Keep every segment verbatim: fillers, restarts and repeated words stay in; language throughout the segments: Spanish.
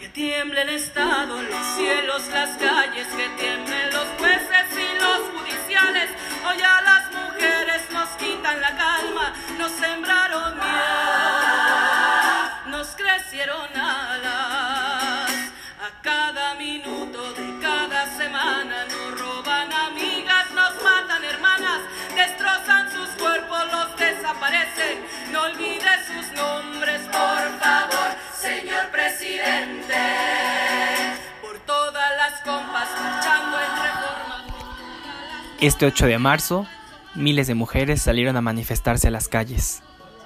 Que tiemble el Estado, los cielos, las calles, que tiemblen los jueces y los judiciales. Hoy a las mujeres nos quitan la calma, nos sembraron miedo, nos crecieron alas. A cada minuto de cada semana nos roban amigas, nos matan hermanas, destrozan sus cuerpos, los desaparecen. No olvide sus nombres, por favor, señor presidente, por todas las compas luchando en reforma. Este ocho de marzo, miles de mujeres salieron a manifestarse a las calles.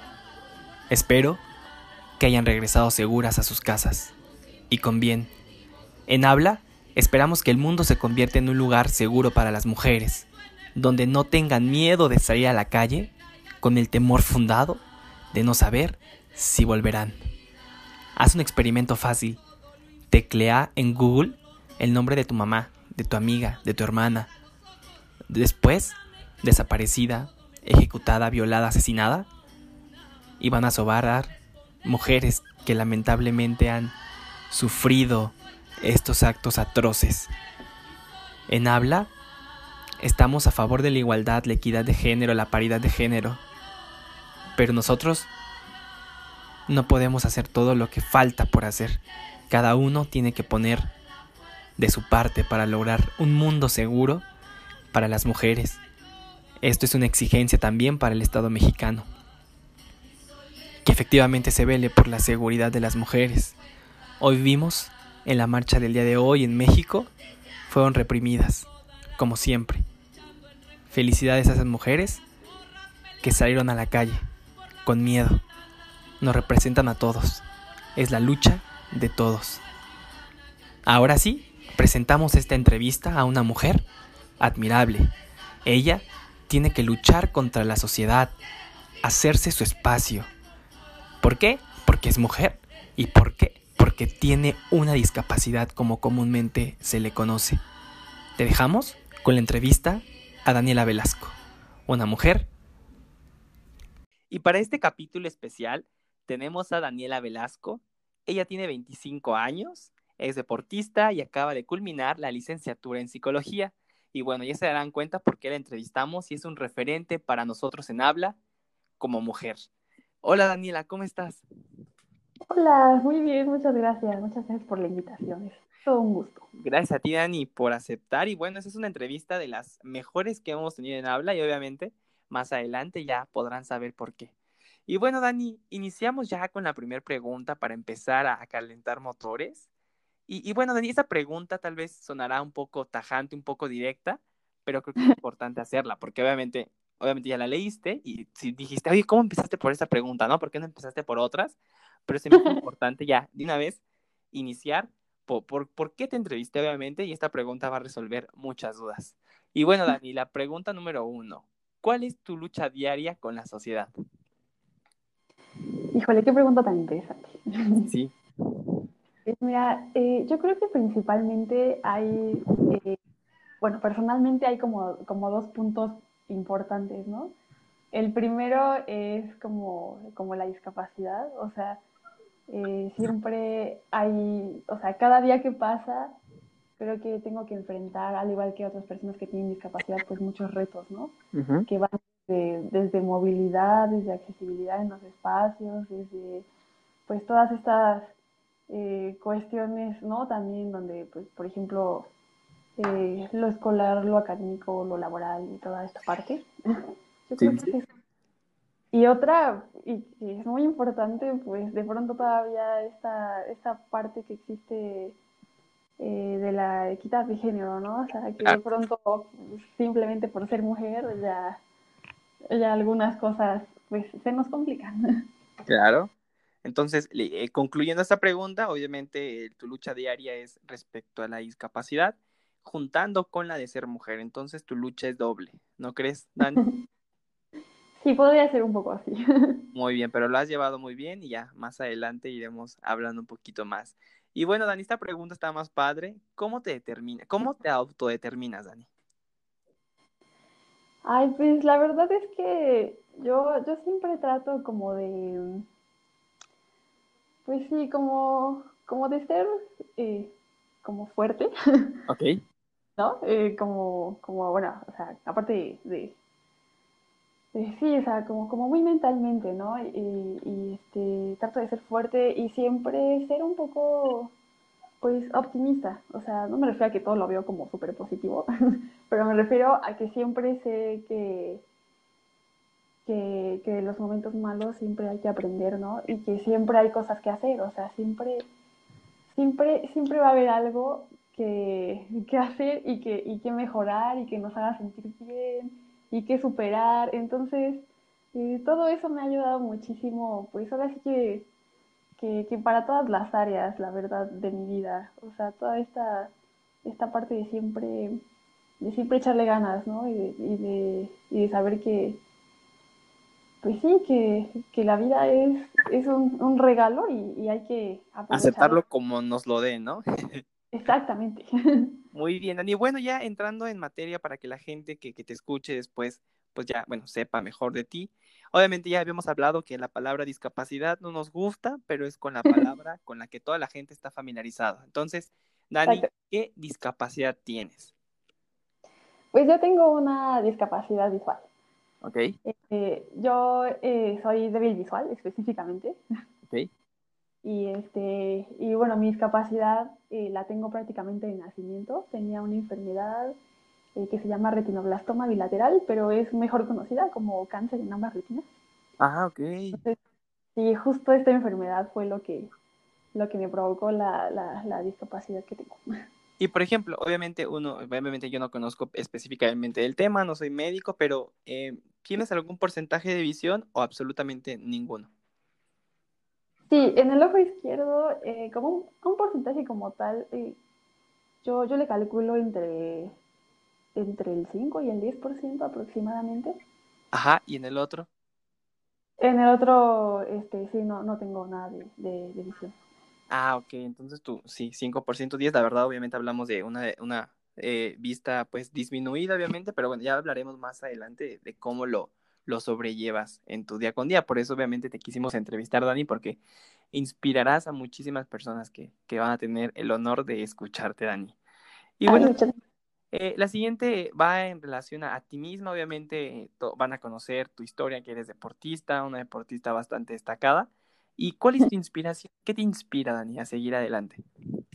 Espero que hayan regresado seguras a sus casas y con bien. En Habla, esperamos que el mundo se convierta en un lugar seguro para las mujeres, donde no tengan miedo de salir a la calle con el temor fundado de no saber si volverán. Haz un experimento fácil. Teclea en Google el nombre de tu mamá, de tu amiga, de tu hermana. Después, desaparecida, ejecutada, violada, asesinada. Y van a sobrar mujeres que lamentablemente han sufrido estos actos atroces. En Habla, estamos a favor de la igualdad, la equidad de género, la paridad de género. Pero nosotros no podemos hacer todo lo que falta por hacer. Cada uno tiene que poner de su parte para lograr un mundo seguro para las mujeres. Esto es una exigencia también para el Estado mexicano, que efectivamente se vele por la seguridad de las mujeres. Hoy vimos en la marcha del día de hoy en México, fueron reprimidas, como siempre. Felicidades a esas mujeres que salieron a la calle con miedo. Nos representan a todos. Es la lucha de todos. Ahora sí, presentamos esta entrevista a una mujer admirable. Ella tiene que luchar contra la sociedad, hacerse su espacio. ¿Por qué? Porque es mujer. ¿Y por qué? Porque tiene una discapacidad como comúnmente se le conoce. Te dejamos con la entrevista a Daniela Velasco, una mujer. Y para este capítulo especial tenemos a Daniela Velasco. Ella tiene veinticinco años, es deportista y acaba de culminar la licenciatura en psicología. Y bueno, ya se darán cuenta por qué la entrevistamos y es un referente para nosotros en Habla como mujer. Hola Daniela, ¿cómo estás? Hola, muy bien, muchas gracias. Muchas gracias por la invitación. Es todo un gusto. Gracias a ti, Dani, por aceptar. Y bueno, esa es una entrevista de las mejores que hemos tenido en Habla y obviamente más adelante ya podrán saber por qué. Y bueno, Dani, iniciamos ya con la primera pregunta para empezar a, a calentar motores. Y, y bueno, Dani, esa pregunta tal vez sonará un poco tajante, un poco directa, pero creo que es importante hacerla, porque obviamente, obviamente ya la leíste y si dijiste, oye, ¿cómo empezaste por esa pregunta, no? ¿Por qué no empezaste por otras? Pero es muy importante ya, de una vez, iniciar por, por, por qué te entrevisté, obviamente, y esta pregunta va a resolver muchas dudas. Y bueno, Dani, la pregunta número uno, ¿cuál es tu lucha diaria con la sociedad? Híjole, qué pregunta tan interesante. Sí. Pues mira, eh, yo creo que principalmente hay, eh, bueno, personalmente hay como, como dos puntos importantes, ¿no? El primero es como, como la discapacidad, o sea, eh, siempre hay, o sea, cada día que pasa, creo que tengo que enfrentar, al igual que otras personas que tienen discapacidad, pues muchos retos, ¿no? Uh-huh. Que van desde, desde movilidad, desde accesibilidad en los espacios, desde pues todas estas eh, cuestiones, ¿no? También donde, pues, por ejemplo, eh, lo escolar, lo académico, lo laboral y toda esta parte. Yo creo Sí, que sí. es eso. Y otra, y que es muy importante, pues de pronto todavía esta, esta parte que existe eh, de la equidad de género, ¿no? O sea, que de pronto simplemente por ser mujer ya, ya algunas cosas pues se nos complican. Claro. Entonces, eh, concluyendo esta pregunta, obviamente eh, tu lucha diaria es respecto a la discapacidad, juntando con la de ser mujer. Entonces, tu lucha es doble, ¿no crees, Dani? Sí, podría ser un poco así. Muy bien, pero lo has llevado muy bien y ya más adelante iremos hablando un poquito más. Y bueno, Dani, esta pregunta está más padre. ¿Cómo te determina? ¿Cómo te autodeterminas, Dani? Ay, pues la verdad es que yo, yo siempre trato como de, pues sí, como, como de ser eh, como fuerte, Ok. ¿no? Eh, como, como, bueno, o sea, aparte de, de, de- sí, o sea, como, como muy mentalmente, ¿no? Y, y, este, trato de ser fuerte y siempre ser un poco, pues, optimista. O sea, no me refiero a que todo lo veo como súper positivo, pero me refiero a que siempre sé que, que, que de los momentos malos siempre hay que aprender, ¿no? Y que siempre hay cosas que hacer, o sea, siempre, siempre, siempre va a haber algo que, que hacer y que, y que mejorar y que nos haga sentir bien y que superar. Entonces, eh, todo eso me ha ayudado muchísimo, pues ahora sí que, que, que para todas las áreas, la verdad, de mi vida. O sea, toda esta, esta parte de siempre, de siempre echarle ganas, ¿no? Y de, y de, y de saber que, pues sí, que, que la vida es, es un, un regalo y, y hay que aprovecharlo. Aceptarlo como nos lo den, ¿no? Exactamente. Muy bien, Dani. Bueno, ya entrando en materia para que la gente que, que te escuche después, pues ya, bueno, sepa mejor de ti. Obviamente ya habíamos hablado que la palabra discapacidad no nos gusta, pero es con la palabra con la que toda la gente está familiarizada. Entonces, Dani, Exacto. ¿qué discapacidad tienes? Pues yo tengo una discapacidad visual. ¿Ok? Eh, yo eh, soy débil visual específicamente ¿Ok? y, este, y bueno, mi discapacidad eh, la tengo prácticamente de nacimiento. Tenía una enfermedad eh, que se llama retinoblastoma bilateral, pero es mejor conocida como cáncer en ambas retinas. Ah, ok. Entonces, sí, justo esta enfermedad fue lo que, lo que me provocó la, la, la discapacidad que tengo. Y por ejemplo, obviamente uno, obviamente yo no conozco específicamente el tema, no soy médico, pero eh, ¿tienes algún porcentaje de visión o absolutamente ninguno? Sí, en el ojo izquierdo, eh, como un, un, porcentaje como tal, eh, yo, yo le calculo entre, entre el cinco y el diez por ciento aproximadamente. Ajá, y en el otro. En el otro, este, sí, no, no tengo nada de, de, de visión. Ah, ok, entonces tú, sí, cinco por ciento diez, la verdad, obviamente hablamos de una, una eh, vista pues disminuida, obviamente, pero bueno, ya hablaremos más adelante de, de cómo lo, lo sobrellevas en tu día con día. Por eso, obviamente, te quisimos entrevistar, Dani, porque inspirarás a muchísimas personas que, que van a tener el honor de escucharte, Dani. Y Ay, bueno, muchas eh, la siguiente va en relación a, a ti misma, obviamente, eh, to- van a conocer tu historia, que eres deportista, una deportista bastante destacada. ¿Y cuál es tu inspiración? ¿Qué te inspira, Dani, a seguir adelante?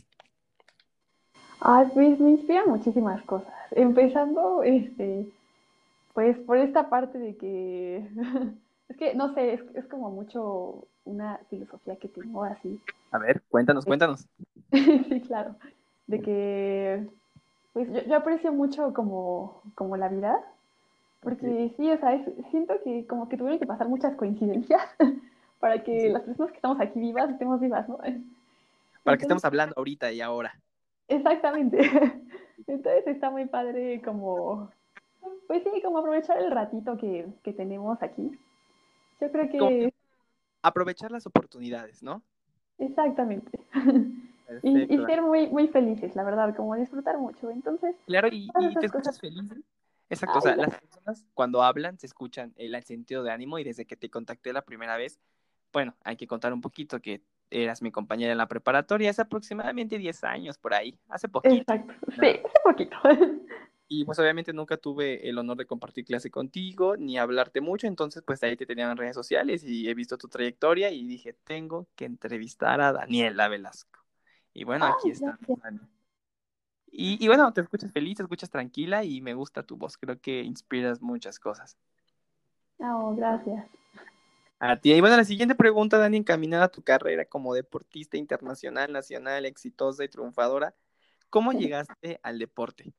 Ay, pues me inspiran muchísimas cosas. Empezando, este, pues por esta parte de que, es que, no sé, es, es como mucho una filosofía que tengo así. A ver, cuéntanos, cuéntanos. Sí, claro. De que, pues yo, yo aprecio mucho como, como la vida, Ok. porque sí, o sea, es- siento que como que tuvieron que pasar muchas coincidencias para que Sí. las personas que estamos aquí vivas estemos vivas, ¿no? Para que Entonces, estemos hablando ahorita y ahora. exactamente. Entonces está muy padre como, pues sí, como aprovechar el ratito que, que tenemos aquí. Yo creo Como que, aprovechar las oportunidades, ¿no? exactamente. Y, y Perfecto, Dani. ser muy, muy felices, la verdad, como disfrutar mucho. Entonces, Claro, y, todas y te esas cosas. escuchas feliz. ¿Eh? Exacto, o Ay, sea, gracias. las personas cuando hablan se escuchan el, el sentido de ánimo y desde que te contacté la primera vez, bueno, hay que contar un poquito que eras mi compañera en la preparatoria hace aproximadamente diez años por ahí, hace poquito, Exacto. Sí, ¿no? hace poquito. Y pues obviamente nunca tuve el honor de compartir clase contigo ni hablarte mucho, entonces pues ahí te tenían en redes sociales y he visto tu trayectoria y dije, tengo que entrevistar a Daniela Velasco. Y bueno, aquí Ay, está, gracias. Dani. Y, y bueno, te escuchas feliz, te escuchas tranquila y me gusta tu voz, creo que inspiras muchas cosas. No, gracias. A ti. Y bueno, la siguiente pregunta, Dani, encaminada a tu carrera como deportista internacional, nacional, exitosa y triunfadora, ¿cómo llegaste al deporte?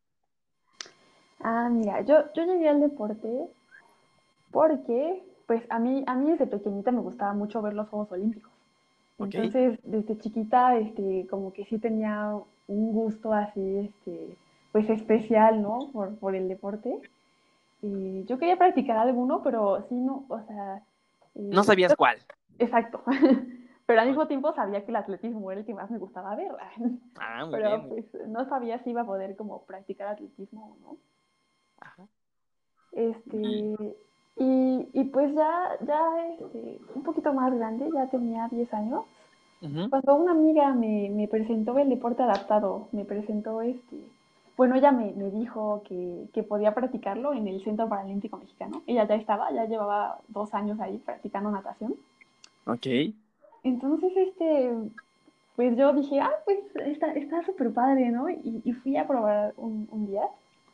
Ah, mira, yo, yo llegué al deporte porque, pues, a mí, a mí desde pequeñita me gustaba mucho ver los Juegos Olímpicos. ¿Ok? Entonces, desde chiquita, este, como que sí tenía un gusto así, este, pues especial, ¿no? Por, por el deporte. Y yo quería practicar alguno, pero sí, no, o sea, No eh, sabías cuál. exacto. Pero al Ok. mismo tiempo sabía que el atletismo era el que más me gustaba ver. Ah, muy bien, Pero muy bien. pues no sabía si iba a poder como practicar atletismo o no. Ajá. Y, Este, y, y pues ya, ya este, un poquito más grande, ya tenía diez años. Ujú. Cuando una amiga me, me presentó el deporte adaptado, me presentó este, bueno, ella me, me dijo que, que podía practicarlo en el Centro Paralímpico Mexicano. Ella ya estaba, ya llevaba dos años ahí practicando natación. Ok, Entonces, este, pues yo dije, ah, pues está está súper padre, ¿no? Y, y fui a probar un, un día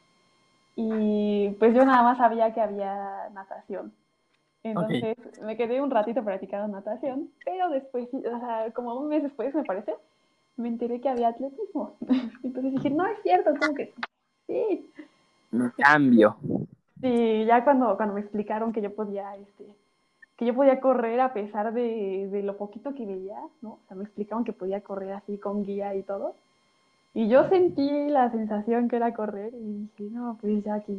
y pues yo nada más sabía que había natación. ok. Entonces me quedé un ratito practicando natación, pero después, o sea, como un mes después me parece, me enteré que había atletismo. Entonces dije, no es cierto, ¿cómo que sí? Me cambio. Sí, ya cuando, cuando me explicaron que yo podía, este, que yo podía correr a pesar de, de lo poquito que veía, ¿no? O sea, me explicaron que podía correr así con guía y todo. Y yo sentí la sensación que era correr y dije, no, pues ya aquí.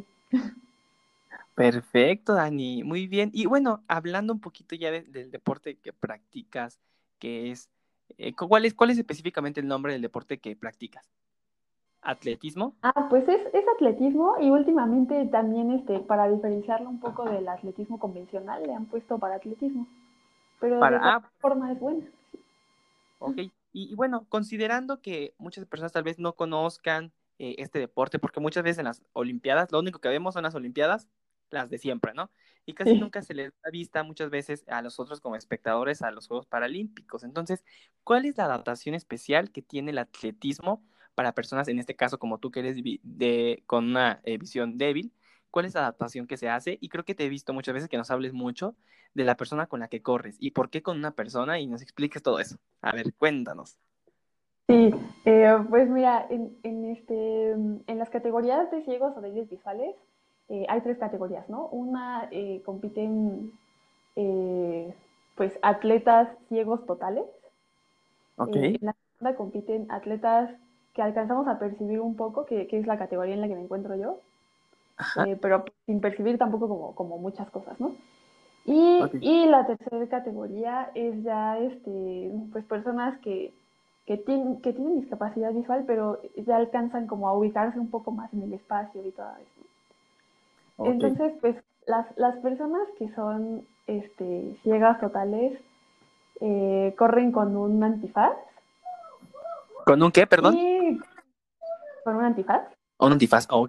Perfecto, Dani, muy bien. Y bueno, hablando un poquito ya de- del deporte que practicas, que es, eh, cu- ¿cuál es, cuál es específicamente el nombre del deporte que practicas? ¿Atletismo? Ah, pues es, es atletismo y últimamente también este, para diferenciarlo un poco del atletismo convencional le han puesto para atletismo, pero Para, de cualquier ah, forma es buena. ok. Y, y bueno, considerando que muchas personas tal vez no conozcan eh, este deporte, porque muchas veces en las Olimpiadas, lo único que vemos son las Olimpiadas, las de siempre, ¿no? Y casi Sí. nunca se les da vista muchas veces a nosotros como espectadores a los Juegos Paralímpicos. Entonces, ¿cuál es la adaptación especial que tiene el atletismo para personas, en este caso como tú que eres vi- de, con una eh, visión débil? ¿Cuál es la adaptación que se hace? Y creo que te he visto muchas veces que nos hables mucho de la persona con la que corres y por qué con una persona y nos expliques todo eso. A ver, cuéntanos. Sí, eh, pues mira, en, en, este, en las categorías de ciegos o débiles visuales eh, hay tres categorías, ¿no? Una eh, compiten eh, pues atletas ciegos totales, Ok. eh, en la segunda compiten atletas que alcanzamos a percibir un poco, que, que es la categoría en la que me encuentro yo, Ajá. eh, pero sin percibir tampoco como, como muchas cosas, ¿no? Y, Ok. y la tercera categoría es ya este, pues personas que, que, tienen, que tienen discapacidad visual, pero ya alcanzan como a ubicarse un poco más en el espacio y todo eso. Ok. Entonces, pues las, las personas que son este, ciegas totales eh, corren con un antifaz ¿Con un qué, perdón? y con un antifaz, Un antifaz. Ok.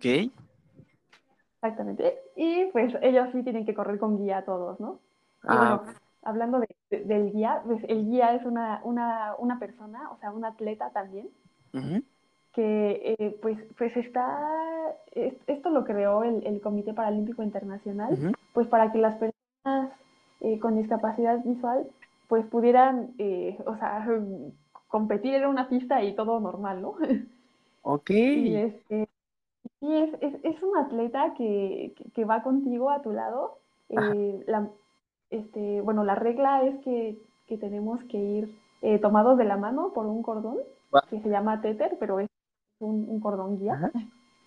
exactamente. Y pues ellos sí tienen que correr con guía todos, ¿no? Y Ah, bueno, ok. hablando de, de, del guía, pues el guía es una, una, una persona, o sea, un atleta también, Ujú, que eh, pues, pues está, es, esto lo creó el, el, Comité Paralímpico Internacional, ujú. pues para que las personas eh, con discapacidad visual pues pudieran, eh, o sea, competir en una pista y todo normal, ¿no? Ok. Y este, sí, es, es, es un atleta que, que, que va contigo a tu lado. Ajá. Eh, la, este, bueno, la regla es que, que tenemos que ir eh, tomados de la mano por un cordón Va- que se llama tether, pero es un, un cordón guía. Ajá.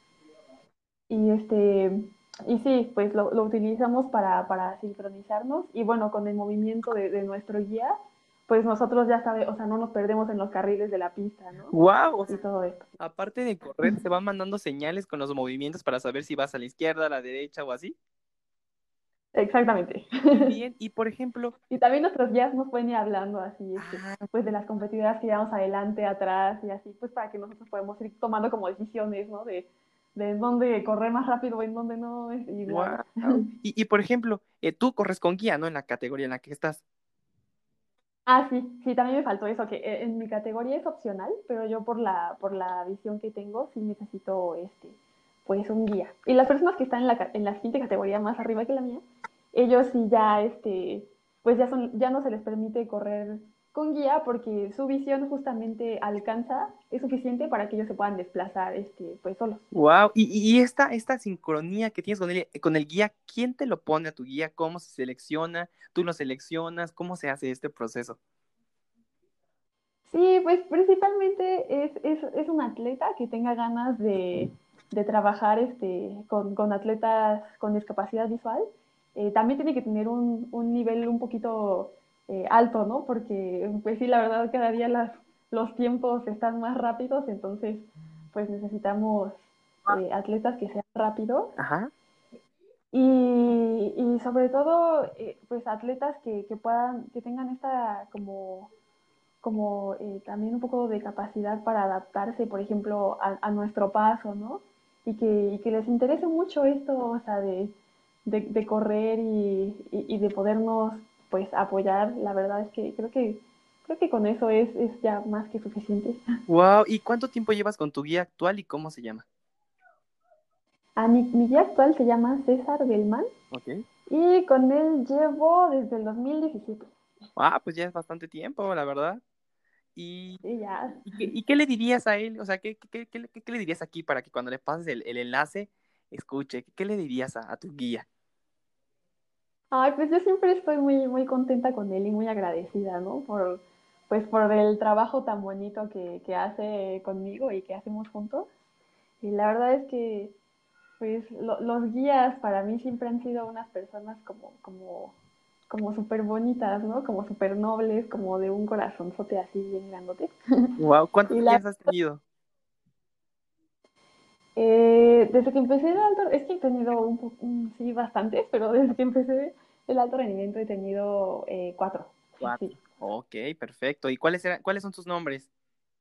Y este, y sí, pues lo, lo utilizamos para, para sincronizarnos y bueno, con el movimiento de, de nuestro guía, pues nosotros ya sabemos, o sea, no nos perdemos en los carriles de la pista, ¿no? Wow, o Y sea, todo esto. aparte de correr, se van mandando señales con los movimientos para saber si vas a la izquierda, a la derecha o así. Exactamente. Muy bien. Y por ejemplo, Y también nuestros guías nos pueden ir hablando así, este, ah, pues de ok. las competidoras que llevamos adelante, atrás y así, pues para que nosotros podamos ir tomando como decisiones, ¿no? De, de en dónde correr más rápido, en dónde no, y bla, bla. Wow. Y, y por ejemplo, eh, tú corres con guía, ¿no? En la categoría en la que estás. Ah, sí, sí, también me faltó eso, que eh, en mi categoría es opcional, pero yo por la, por la visión que tengo sí necesito, este, pues un guía. Y las personas que están en la, en la siguiente categoría más arriba que la mía, ellos sí ya, este, pues ya son, ya no se les permite correr con guía porque su visión justamente alcanza, es suficiente para que ellos se puedan desplazar, este, pues solos. Wow, y, y y esta, esta sincronía que tienes con el, con el guía, ¿quién te lo pone a tu guía? ¿Cómo se selecciona? ¿Tú lo seleccionas? ¿Cómo se hace este proceso? Sí, pues principalmente es, es, es un atleta que tenga ganas de, de trabajar este, con, con atletas con discapacidad visual. Eh, también tiene que tener un, un nivel un poquito eh, alto, ¿no? Porque, pues sí, la verdad, cada día las, los tiempos están más rápidos, entonces, pues necesitamos eh, atletas que sean rápidos Ajá. y, y sobre todo, eh, pues atletas que, que puedan, que tengan esta como como eh, también un poco de capacidad para adaptarse, por ejemplo, a, a nuestro paso, ¿no? Y que, y que les interese mucho esto, o sea, de, de, de correr y, y, y, de podernos, pues, apoyar. La verdad es que creo que, creo que con eso es, es ya más que suficiente. Wow, ¿y cuánto tiempo llevas con tu guía actual y cómo se llama? A mi, mi guía actual se llama César Belmán Ok. y con él llevo desde el dos mil diecisiete. Ah, pues ya es bastante tiempo, la verdad. ¿Y, Y ya. y, qué, y qué le dirías a él? O sea, ¿qué, qué, qué, qué- qué le dirías aquí para que cuando le pases el, el enlace, escuche? ¿Qué le dirías a, a tu guía? Ay, pues yo siempre estoy muy, muy contenta con él y muy agradecida, ¿no? Por, pues por el trabajo tan bonito que, que hace conmigo y que hacemos juntos. Y la verdad es que, pues, lo- los guías para mí siempre han sido unas personas como, como, como súper bonitas, ¿no? Como súper nobles, como de un corazonzote así bien grandote. Wow, ¿cuántos Y la, guías has tenido? eh, desde que empecé el alto, es que he tenido un, po- un- sí, bastantes, pero desde que empecé el alto rendimiento he tenido eh, cuatro. Sí. Cuatro. Ok, perfecto. ¿Y cuáles eran, cuáles son sus nombres?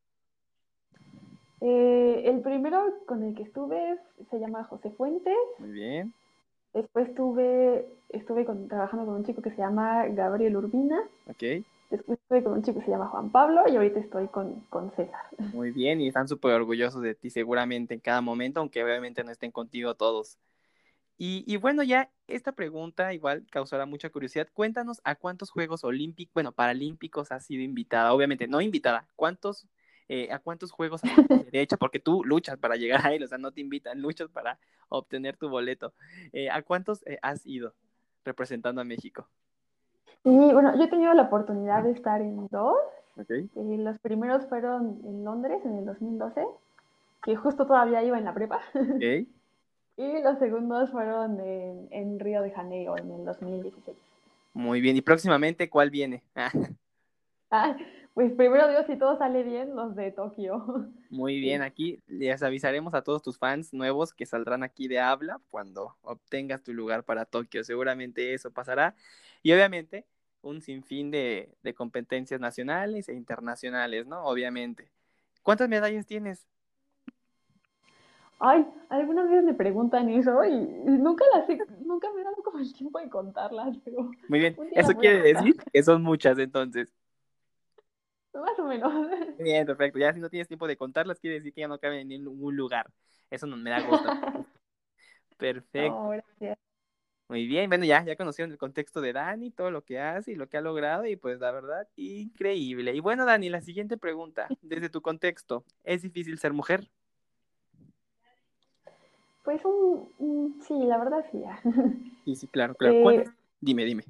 Eh, el primero con el que estuve se llama José Fuentes. Muy bien. Después tuve, estuve con- trabajando con un chico que se llama Gabriel Urbina. Ok, Después estuve con un chico que se llama Juan Pablo y ahorita estoy con, con César. muy bien. Y están súper orgullosos de ti seguramente en cada momento, aunque obviamente no estén contigo todos. Y, y bueno, ya esta pregunta igual causará mucha curiosidad. Cuéntanos a cuántos Juegos Olímpicos, bueno, Paralímpicos has sido invitada. Obviamente, no invitada. ¿Cuántos, eh, a cuántos Juegos has tenido derecho? Porque tú luchas para llegar a él, o sea, no te invitan, luchas para obtener tu boleto. Eh, ¿a cuántos eh, has ido representando a México? Y bueno, yo he tenido la oportunidad de estar en dos. Ok, Eh, los primeros fueron en Londres en el dos mil doce, que justo todavía iba en la prepa. ok. Y los segundos fueron en, en Río de Janeiro en el dos mil dieciséis. Muy bien. ¿Y próximamente cuál viene? Ah, pues primero Dios, si todo sale bien, los de Tokio. Muy bien, Sí. aquí les avisaremos a todos tus fans nuevos que saldrán aquí de habla cuando obtengas tu lugar para Tokio. Seguramente eso pasará. Y obviamente un sinfín de, de competencias nacionales e internacionales, ¿no? Obviamente. ¿Cuántas medallas tienes? Ay, algunas veces me preguntan eso y, y nunca las he- nunca me he dado como el tiempo de contarlas, pero Muy bien, un día eso las voy a quiere contar. decir que son muchas entonces. Más o menos. Muy bien, perfecto. Ya si no tienes tiempo de contarlas, quiere decir que ya no caben en ningún lugar. Eso no me da gusto. No, Perfecto. gracias. Muy bien, bueno, ya, ya conocieron el contexto de Dani, todo lo que hace y lo que ha logrado, y pues la verdad, increíble. Y bueno, Dani, la siguiente pregunta, desde tu contexto, ¿es difícil ser mujer? Pues un, un- sí, la verdad sí. Ya. Sí, sí, claro, claro. ¿Cuál Eh, es? Dime, dime.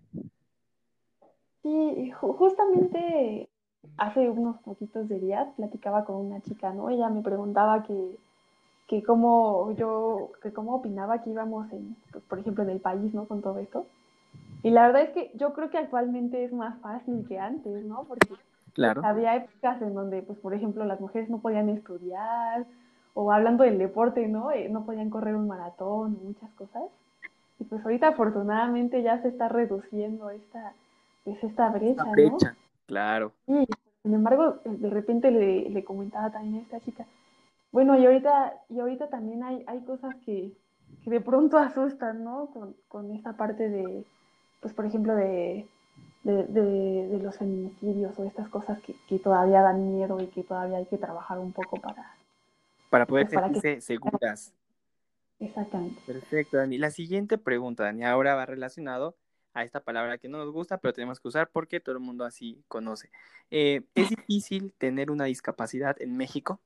sí, ju- justamente hace unos poquitos de días platicaba con una chica, ¿no? Ella me preguntaba que, que cómo yo, que cómo opinaba que íbamos en, pues, por ejemplo, en el país, ¿no? Con todo esto. Y la verdad es que yo creo que actualmente es más fácil que antes, ¿no? Porque pues, Claro. había épocas en donde, pues, por ejemplo, las mujeres no podían estudiar, o hablando del deporte, ¿no? Eh, no podían correr un maratón, o muchas cosas. Y pues ahorita afortunadamente ya se está reduciendo esta, pues, esta Esta brecha, ¿no? brecha. Claro. Y sin embargo, eh, de repente le, le comentaba también a esta chica, bueno, y ahorita, y ahorita también hay, hay cosas que, que de pronto asustan, ¿no? Con, con esta parte de, pues por ejemplo, de, de, de, de los feminicidios o estas cosas que, que, todavía dan miedo y que todavía hay que trabajar un poco para, Para poder pues para que... sentirse seguras. Exactamente. Perfecto, Dani. La siguiente pregunta, Dani, ahora va relacionado a esta palabra que no nos gusta, pero tenemos que usar porque todo el mundo así conoce. Eh, ¿es difícil tener una discapacidad en México?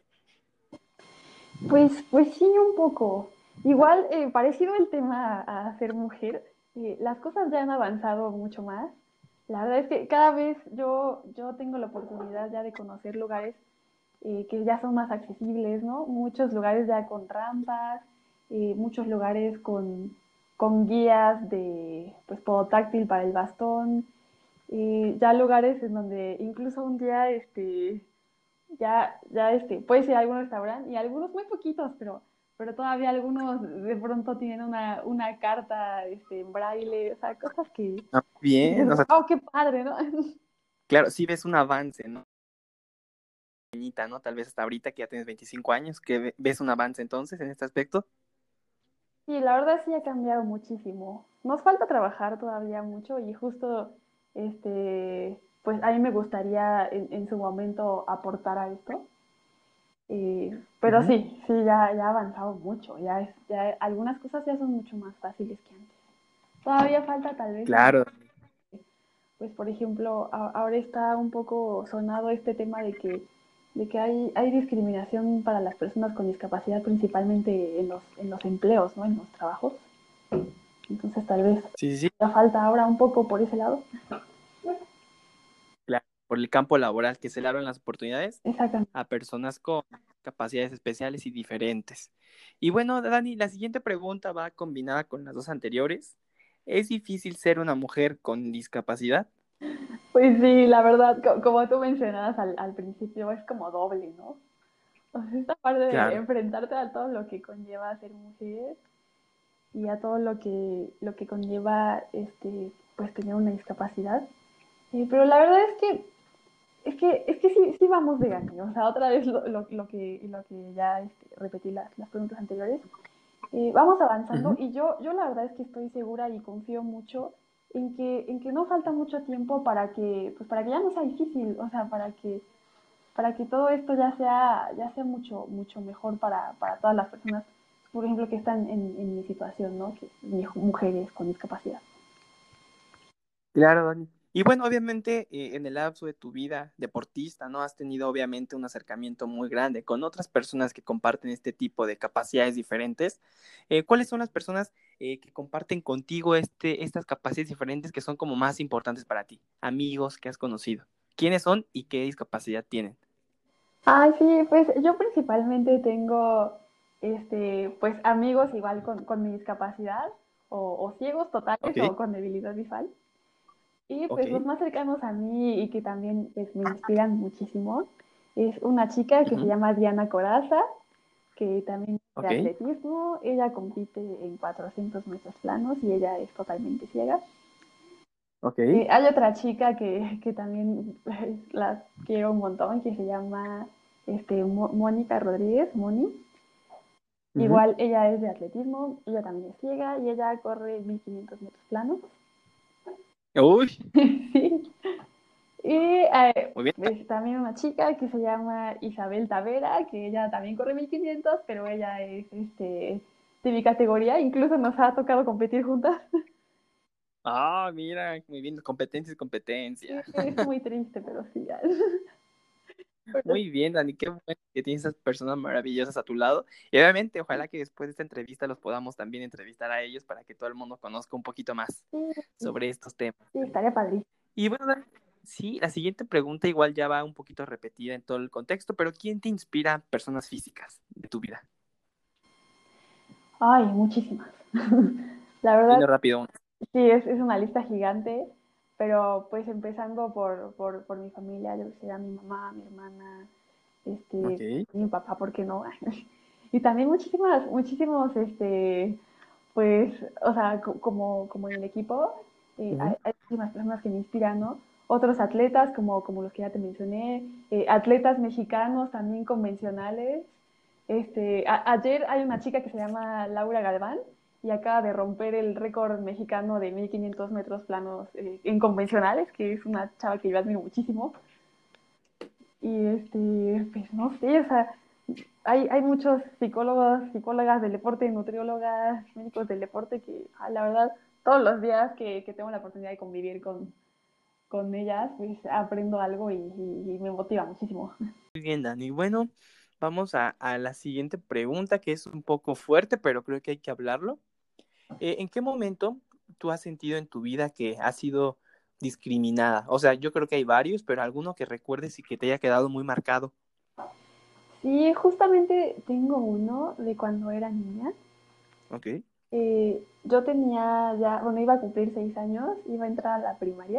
Pues, pues sí, un poco. Igual, eh, parecido el tema a, a ser mujer, eh, las cosas ya han avanzado mucho más. La verdad es que cada vez yo, yo tengo la oportunidad ya de conocer lugares eh, que ya son más accesibles, ¿no? Muchos lugares ya con rampas, eh, muchos lugares con, con guías de pues podotáctil para el bastón, eh, ya lugares en donde incluso un día este, ya, ya este, puedes ir a algún restaurante y algunos muy poquitos, pero, pero todavía algunos de pronto tienen una, una carta este, en braille, o sea, cosas que, Ah, que bien, dices, o sea, wow, qué padre, ¿no? Claro, sí ves un avance, ¿no? Pequeñita, ¿no? Tal vez hasta ahorita que ya tienes veinticinco años, que ve- ves un avance entonces en este aspecto. Sí, la verdad sí ha cambiado muchísimo. Nos falta trabajar todavía mucho y justo, este, pues a mí me gustaría en, en su momento aportar a esto. Eh, pero Ujú. sí, sí, ya, ya ha avanzado mucho. Ya es, ya algunas cosas ya son mucho más fáciles que antes. Todavía falta tal vez avanzar. Claro, Pues por ejemplo, a- ahora está un poco sonado este tema de que, de que hay, hay discriminación para las personas con discapacidad, principalmente en los, en los empleos, ¿no? En los trabajos. Entonces tal vez sí, sí, sí, ya falta ahora un poco por ese lado. claro. Por el campo laboral que se le abren las oportunidades Exactamente. a personas con capacidades especiales y diferentes. Y bueno, Dani, la siguiente pregunta va combinada con las dos anteriores. ¿Es difícil ser una mujer con discapacidad? Pues sí, la verdad, co- como tú mencionabas al, al principio, es como doble, ¿no? O sea, esta parte de Claro. enfrentarte a todo lo que conlleva ser mujer y a todo lo que, lo que conlleva este, pues tener una discapacidad. Eh, pero la verdad es que es que, es que sí, sí vamos de gane. O sea, otra vez lo, lo, lo que, lo que ya este, repetí las, las preguntas anteriores. Eh, vamos avanzando Ujú. y yo, yo la verdad es que estoy segura y confío mucho en que, en que no falta mucho tiempo para que, pues para que ya no sea difícil, o sea, para que, para que todo esto ya sea, ya sea mucho, mucho mejor para, para todas las personas, por ejemplo, que están en, en mi situación, ¿no? Que mujeres con discapacidad. Claro, Dani. Y bueno, obviamente eh, en el lapso de tu vida deportista, ¿no? Has tenido obviamente un acercamiento muy grande con otras personas que comparten este tipo de capacidades diferentes. Eh, ¿cuáles son las personas eh, que comparten contigo este, estas capacidades diferentes que son como más importantes para ti? Amigos que has conocido. ¿Quiénes son y qué discapacidad tienen? Ay, sí, pues yo principalmente tengo, este, pues amigos igual con, con mi discapacidad, o, o ciegos totales Ok, o con debilidad visual. Y ok. pues los más cercanos a mí y que también pues, me inspiran muchísimo es una chica que se Ujú. llama Diana Coraza, que también es de Ok, atletismo. Ella compite en cuatrocientos metros planos y ella es totalmente ciega. ok. Eh, hay otra chica que, que también la quiero un montón, que se llama este, Mo- Mónica Rodríguez, Moni. Ujú. Igual ella es de atletismo, ella también es ciega y ella corre mil quinientos metros planos. Uy, Sí. Y eh, muy bien. pues también una chica que se llama Isabel Tavera, que ella también corre mil quinientos, pero ella es este, de mi categoría, incluso nos ha tocado competir juntas. Ah, mira, muy bien. Competencia es Sí, competencia. es muy triste, pero sí. Pero Muy bien, Dani, qué bueno que tienes esas personas maravillosas a tu lado. Y obviamente, ojalá que después de esta entrevista los podamos también entrevistar a ellos para que todo el mundo conozca un poquito más sí, sí, sobre estos temas. sí, estaría padrísimo. Y bueno, Dani, sí, la siguiente pregunta igual ya va un poquito repetida en todo el contexto, pero ¿quién te inspira personas físicas de tu vida? Ay, muchísimas. La verdad, Dime rápido una. sí, es, es una lista gigante, pero pues empezando por, por, por mi familia, yo que sé, a mi mamá, a mi hermana, este, Ok. mi papá, ¿por qué no? Y también muchísimas, muchísimos, este, pues, o sea, co- como, como en el equipo, eh, hay, Ujú. hay muchísimas personas que me inspiran, ¿no? Otros atletas, como, como los que ya te mencioné, eh, atletas mexicanos también convencionales. Este, a- ayer hay una chica que se llama Laura Galván y acaba de romper el récord mexicano de mil quinientos metros planos eh, en convencionales, que es una chava que yo admiro muchísimo. Y este, pues no sé, o sea, hay, hay muchos psicólogos, psicólogas del deporte, nutriólogas, médicos del deporte que, ah, la verdad, todos los días que, que tengo la oportunidad de convivir con, con ellas, pues aprendo algo y, y- y me motiva muchísimo. Muy bien, Dani. Bueno, vamos a, a la siguiente pregunta que es un poco fuerte, pero creo que hay que hablarlo. Eh, ¿en qué momento tú has sentido en tu vida que has sido discriminada? O sea, yo creo que hay varios, pero alguno que recuerdes y que te haya quedado muy marcado. Sí, justamente tengo uno de cuando era niña. Ok. Eh, yo tenía ya, bueno, iba a cumplir seis años, iba a entrar a la primaria.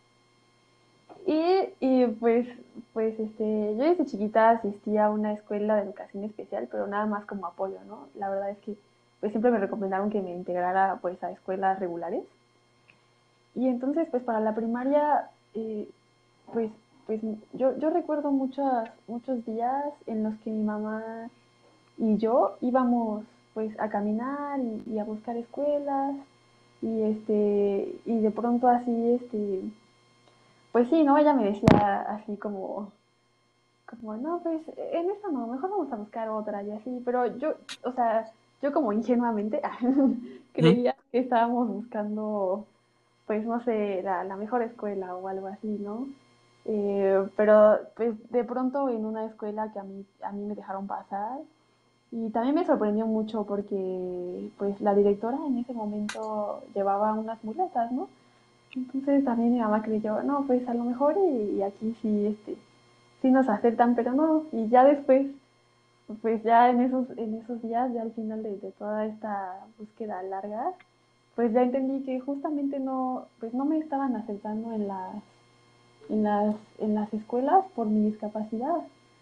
Y, y pues, pues este, yo desde chiquita asistía a una escuela de educación especial, pero nada más como apoyo, ¿no? La verdad es que pues siempre me recomendaron que me integrara pues a escuelas regulares. Y entonces pues para la primaria, eh, pues, pues yo, yo recuerdo muchos, muchos días en los que mi mamá y yo íbamos pues a caminar y, y a buscar escuelas y este y de pronto así este pues sí, ¿no? Ella me decía así como como no, pues en esta no, mejor vamos a buscar otra y así, pero yo, o sea, yo como ingenuamente Ujú. creía que estábamos buscando pues no sé, la, la mejor escuela o algo así, ¿no? Eh, pero pues de pronto en una escuela que a mí, a mí me dejaron pasar y también me sorprendió mucho porque pues la directora en ese momento llevaba unas muletas, ¿no? Entonces también mi mamá creyó, no, pues a lo mejor y, y aquí sí, este, sí nos aceptan, pero no, y ya después, pues ya en esos, en esos días, ya al final de, de toda esta búsqueda larga, pues ya entendí que justamente no, pues no me estaban aceptando en las, en las, en las escuelas por mi discapacidad.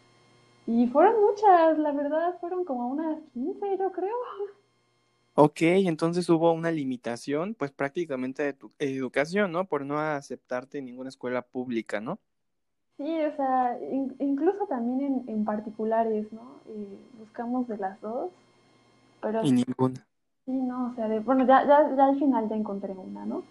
Y fueron muchas, la verdad, fueron como unas quince yo creo. Ok, entonces hubo una limitación, pues prácticamente de tu educación, ¿no? Por no aceptarte en ninguna escuela pública, ¿no? Sí, o sea, in- incluso también en, en particulares, ¿no? Eh, buscamos de las dos, pero Y ninguna. sí, no, o sea, de, bueno, ya, ya, ya al final ya encontré una, ¿no?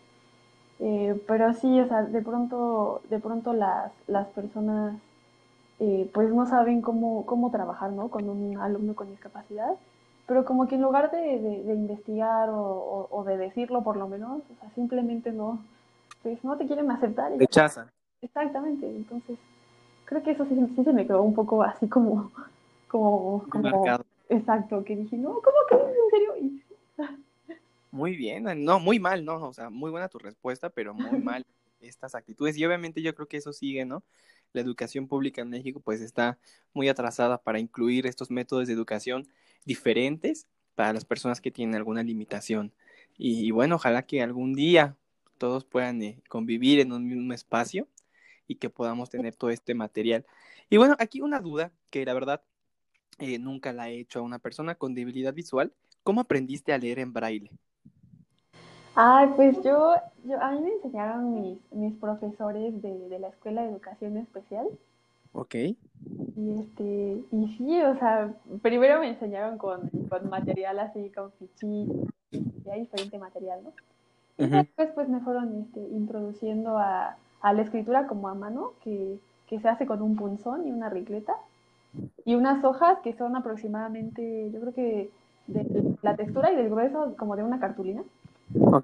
Eh, pero sí, o sea, de pronto, de pronto las, las personas eh, pues no saben cómo, cómo trabajar, ¿no? Con un alumno con discapacidad, pero como que en lugar de, de, de investigar o, o, o, de decirlo por lo menos, o sea, simplemente no, pues no te quieren aceptar y ya. Rechazan. Exactamente, entonces creo que eso sí, sí se me quedó un poco así como, como, Muy como, marcado. exacto, que dije, no, ¿cómo que en serio? Y, Muy bien, no, muy mal, ¿no? O sea, muy buena tu respuesta, pero muy mal estas actitudes. Y obviamente yo creo que eso sigue, ¿no? La educación pública en México pues está muy atrasada para incluir estos métodos de educación diferentes para las personas que tienen alguna limitación. Y, y bueno, ojalá que algún día todos puedan eh, convivir en un mismo espacio y que podamos tener todo este material. Y bueno, aquí una duda que la verdad eh, nunca la he hecho a una persona con debilidad visual. ¿Cómo aprendiste a leer en braille? ay, pues yo, yo, a mí me enseñaron mis, mis profesores de, de la Escuela de Educación Especial. Ok. Y este, y sí, o sea, primero me enseñaron con, con material así, con fichitas, y hay diferente material, ¿no? Y ya Ujú. después pues me fueron este, introduciendo a, a la escritura como a mano, que, que se hace con un punzón y una regleta, y unas hojas que son aproximadamente, yo creo que de la textura y del grueso como de una cartulina. Ok.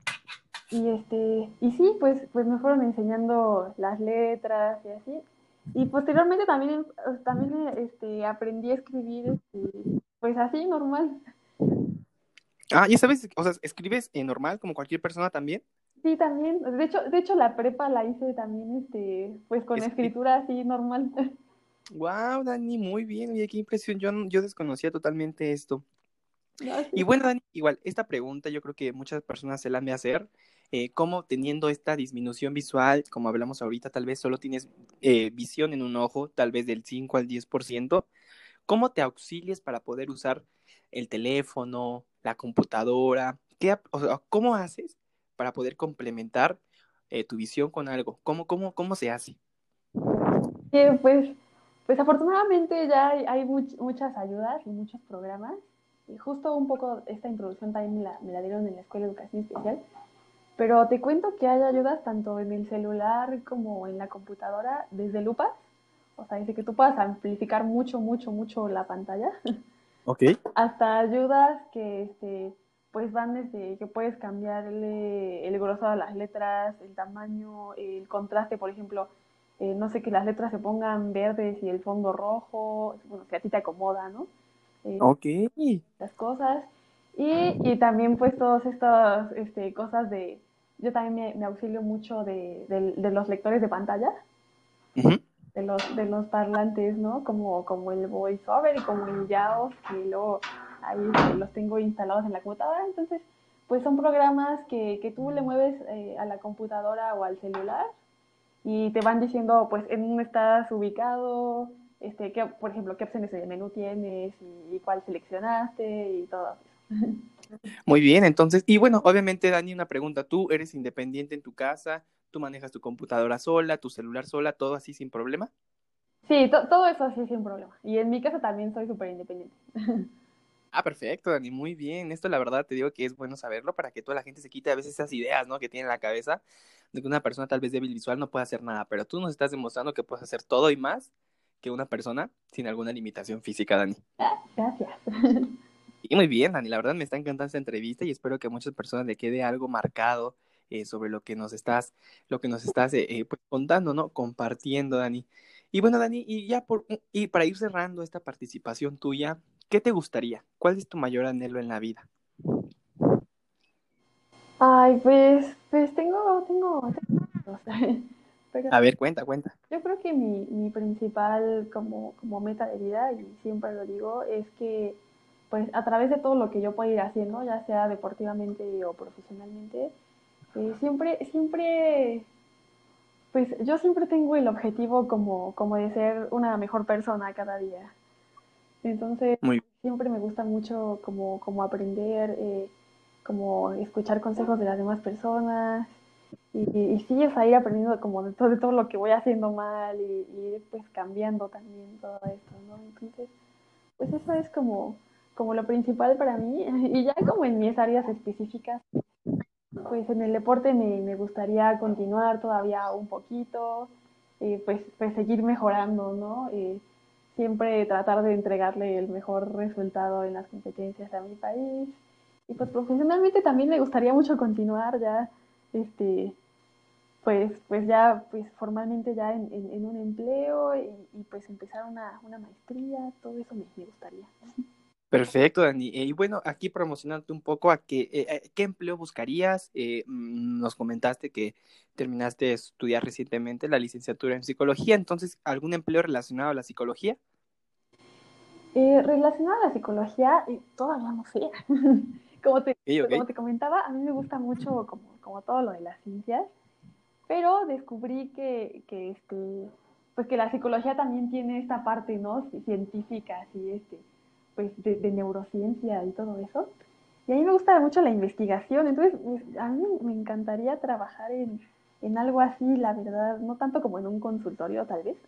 Y este, y sí, pues, pues me fueron enseñando las letras y así. Y posteriormente también, también este, aprendí a escribir, este, pues así, normal. Ah, ya sabes, o sea, escribes eh, normal como cualquier persona también. Sí, también. De hecho, de hecho la prepa la hice también, este, pues con Escribe. escritura así, normal. Wow, Dani, muy bien. Oye, qué impresión. Yo, no- yo desconocía totalmente esto. No, Y sí. bueno, Dani, igual, esta pregunta yo creo que muchas personas se la han de hacer. Eh, ¿cómo teniendo esta disminución visual, como hablamos ahorita, tal vez solo tienes eh, visión en un ojo, tal vez del cinco al diez por ciento, cómo te auxilias para poder usar el teléfono, la computadora? ¿Qué, ap- o sea, ¿cómo haces para poder complementar eh, tu visión con algo? ¿Cómo, cómo, cómo se hace? Sí, pues, pues afortunadamente ya hay, hay much- muchas ayudas y muchos programas. Y justo un poco esta introducción también me la, me la dieron en la Escuela de Educación Especial. Pero te cuento que hay ayudas tanto en el celular como en la computadora, desde lupas, o sea, desde que tú puedas amplificar mucho, mucho, mucho la pantalla, Ok. hasta ayudas que este, pues van desde que puedes cambiarle el grosor a las letras, el tamaño, el contraste, por ejemplo, eh, no sé, que las letras se pongan verdes y el fondo rojo, bueno, si a ti te acomoda, ¿no? Eh, Ok. las cosas. Y, y también pues todas estas este, cosas de, yo también me, me auxilio mucho de, de, de, los lectores de pantalla, Ujú. de los, de los parlantes, ¿no? Como, como el VoiceOver y como el Yaos, que luego ahí este, los tengo instalados en la computadora. Entonces, pues son programas que, que tú le mueves eh, a la computadora o al celular y te van diciendo pues en dónde estás ubicado, este, qué, por ejemplo, qué opciones de menú tienes y, y cuál seleccionaste y todo eso. Muy bien, entonces, y bueno, obviamente, Dani, una pregunta. ¿Tú eres independiente en tu casa? tú manejas tu computadora sola, tu celular sola, todo así sin problema. Sí, to- todo eso así sin problema. Y en mi casa también soy súper independiente. Ah, perfecto, Dani, muy bien. Esto la verdad te digo que es bueno saberlo para que toda la gente se quite a veces esas ideas, ¿no? Que tiene en la cabeza de que una persona tal vez débil visual no puede hacer nada, pero tú nos estás demostrando que puedes hacer todo y más que una persona sin alguna limitación física, Dani. Gracias. Y muy bien, Dani, la verdad me está encantando esta entrevista y espero que a muchas personas le quede algo marcado eh, sobre lo que nos estás, lo que nos estás eh, eh, pues, contando, ¿no? Compartiendo, Dani. Y bueno, Dani, y ya por, y para ir cerrando esta participación tuya, ¿qué te gustaría? ¿Cuál es tu mayor anhelo en la vida? Ay, pues, pues tengo, tengo, tengo cosas. Pero A ver, cuenta, cuenta. yo creo que mi, mi principal como, como meta de vida, y siempre lo digo, es que pues a través de todo lo que yo pueda ir haciendo, ya sea deportivamente o profesionalmente, eh, siempre, siempre, pues yo siempre tengo el objetivo como, como de ser una mejor persona cada día. Entonces, Muy siempre me gusta mucho como, como aprender, eh, como escuchar consejos de las demás personas. Y, y sí, o sea, ir aprendiendo como de todo, de todo lo que voy haciendo mal y, y ir pues cambiando también todo esto, ¿no? Entonces, pues eso es como, como lo principal para mí. Y ya como en mis áreas específicas, pues en el deporte me, me gustaría continuar todavía un poquito, eh, pues, pues seguir mejorando, ¿no? Eh, siempre tratar de entregarle el mejor resultado en las competencias a mi país. Y pues profesionalmente también me gustaría mucho continuar ya, este, pues, pues ya, pues formalmente ya en, en, en un empleo y, y, pues empezar una, una maestría, todo eso me, me gustaría. perfecto, Dani. Eh, y bueno, aquí promocionándote un poco a qué, eh, eh, qué empleo buscarías. Eh, mm, nos comentaste que terminaste de estudiar recientemente la licenciatura en psicología, entonces, ¿algún empleo relacionado a la psicología? Eh, relacionado a la psicología, eh, todavía no sé. como, te, Ok, ok. como te comentaba, a mí me gusta mucho como, como todo lo de las ciencias, pero descubrí que, que, este, pues que la psicología también tiene esta parte, ¿no? Científica, así, este, pues de, de neurociencia y todo eso. Y a mí me gusta mucho la investigación, entonces pues, a mí me encantaría trabajar en, en algo así, la verdad, no tanto como en un consultorio tal vez,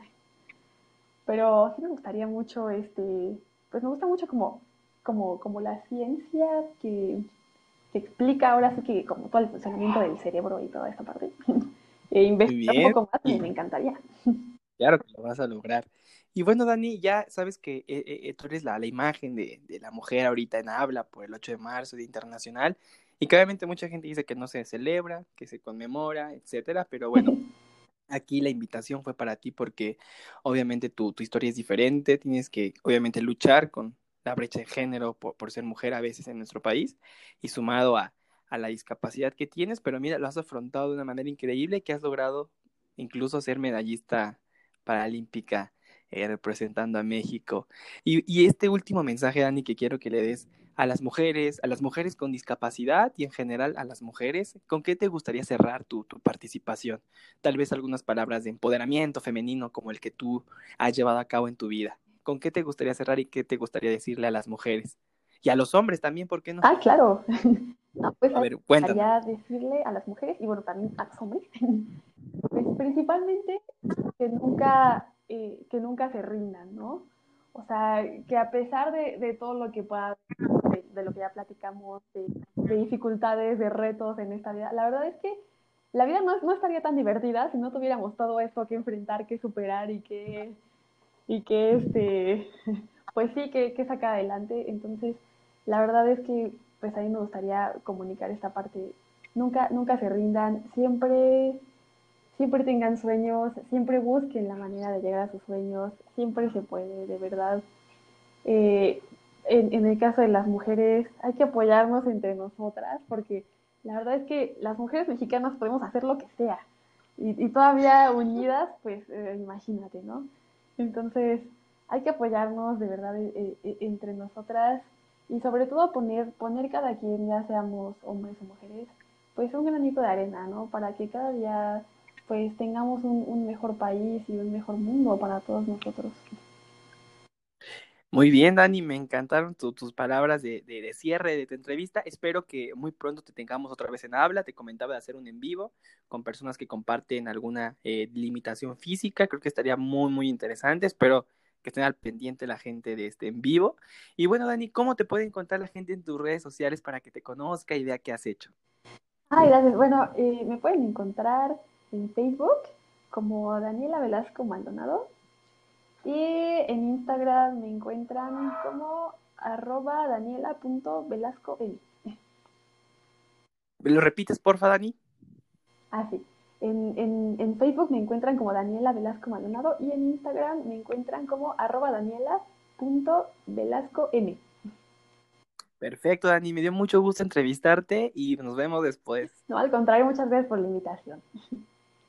pero sí me gustaría mucho, este, pues me gusta mucho como, como, como la ciencia que, que explica ahora sí que como todo el funcionamiento del cerebro y toda esta parte. E Muy investigar un bien. poco más me, Y me encantaría. claro que lo vas a lograr. Y bueno, Dani, ya sabes que eh, eh, eh, tú eres la, la imagen de, de la mujer ahorita en habla por el ocho de marzo, Día Internacional, y que obviamente mucha gente dice que no se celebra, que se conmemora, etcétera, pero bueno, aquí la invitación fue para ti porque obviamente tu, tu historia es diferente, tienes que obviamente luchar con la brecha de género por, por ser mujer a veces en nuestro país y sumado a, a la discapacidad que tienes, pero mira, lo has afrontado de una manera increíble que has logrado incluso ser medallista paralímpica eh, representando a México. Y, y este último mensaje, Dani, que quiero que le des a las mujeres, a las mujeres con discapacidad y en general a las mujeres, ¿con qué te gustaría cerrar tu, tu participación? Tal vez algunas palabras de empoderamiento femenino como el que tú has llevado a cabo en tu vida. ¿Con qué te gustaría cerrar y qué te gustaría decirle a las mujeres? Y a los hombres también, ¿por qué no? Ah, claro. No, pues A ver, cuéntanos. quería decirle a las mujeres y bueno, también a los hombres, pues principalmente que nunca, eh, que nunca se rindan, ¿no? O sea, que a pesar de, de todo lo que pueda, de, de, lo que ya platicamos, de, de, dificultades, de retos en esta vida, la verdad es que la vida no, no estaría tan divertida si no tuviéramos todo esto que enfrentar, que superar y que, y que este, pues sí, que, que sacar adelante. Entonces, la verdad es que pues a mí me gustaría comunicar esta parte. Nunca, nunca se rindan, siempre siempre tengan sueños, siempre busquen la manera de llegar a sus sueños, siempre se puede, de verdad. Eh, en, en, el caso de las mujeres, hay que apoyarnos entre nosotras, porque la verdad es que las mujeres mexicanas podemos hacer lo que sea, y, y todavía unidas, pues eh, imagínate, ¿no? Entonces, hay que apoyarnos de verdad eh, eh, entre nosotras y sobre todo poner, poner cada quien, ya seamos hombres o mujeres, pues un granito de arena, ¿no? Para que cada día pues tengamos un, un mejor país y un mejor mundo para todos nosotros. Muy bien, Dani, me encantaron tu- tus palabras de, de- de cierre de tu entrevista. Espero que muy pronto te tengamos otra vez en habla. Te comentaba de hacer un en vivo con personas que comparten alguna eh, limitación física. Creo que estaría muy, muy interesante. Espero que estén al pendiente la gente de este en vivo. Y bueno, Dani, ¿cómo te puede encontrar la gente en tus redes sociales para que te conozca y vea qué has hecho? Ay, gracias. Bueno, eh, me pueden encontrar en Facebook como Daniela Velasco Maldonado y en Instagram me encuentran como arroba daniela.velascoeli. ¿Me lo repites, porfa, Dani? Ah, sí. En, en, en Facebook me encuentran como Daniela Velasco Maldonado y en Instagram me encuentran como arroba daniela.velascom. Perfecto, Dani, me dio mucho gusto entrevistarte y nos vemos después. No, al contrario, muchas gracias por la invitación.